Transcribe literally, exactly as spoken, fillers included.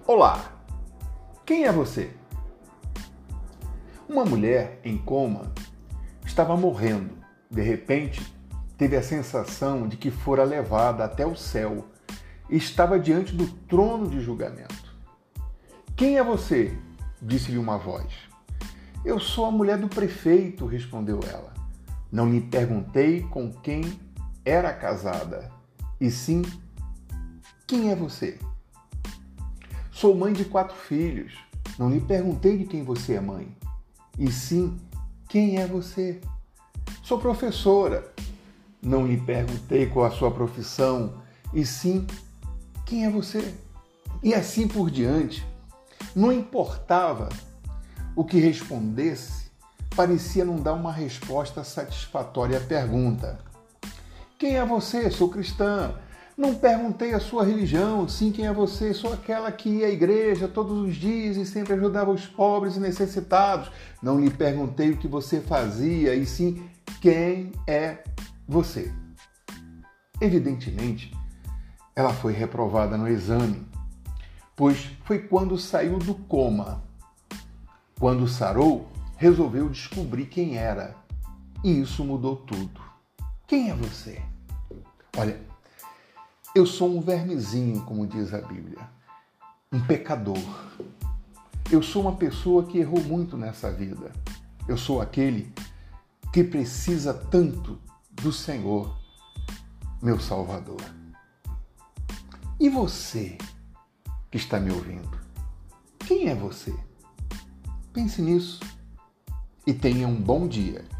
Olá, quem é você? Uma mulher em coma estava morrendo. De repente, teve a sensação de que fora levada até o céu e estava diante do trono de julgamento. Quem é você? Disse-lhe uma voz. Eu sou a mulher do prefeito, respondeu ela. Não lhe perguntei com quem era casada, e sim, quem é você? Sou mãe de quatro filhos. Não lhe perguntei de quem você é mãe, e sim, quem é você? Sou professora. Não lhe perguntei qual a sua profissão, e sim, quem é você? E assim por diante. Não importava o que respondesse, parecia não dar uma resposta satisfatória à pergunta. Quem é você? Sou cristã. Não perguntei a sua religião, sim, quem é você? Sou aquela que ia à igreja todos os dias e sempre ajudava os pobres e necessitados. Não lhe perguntei o que você fazia, e sim, quem é você? Evidentemente, ela foi reprovada no exame, pois foi quando saiu do coma. Quando sarou, resolveu descobrir quem era. E isso mudou tudo. Quem é você? Olha, eu sou um vermezinho, como diz a Bíblia, um pecador. Eu sou uma pessoa que errou muito nessa vida. Eu sou aquele que precisa tanto do Senhor, meu Salvador. E você que está me ouvindo? Quem é você? Pense nisso e tenha um bom dia.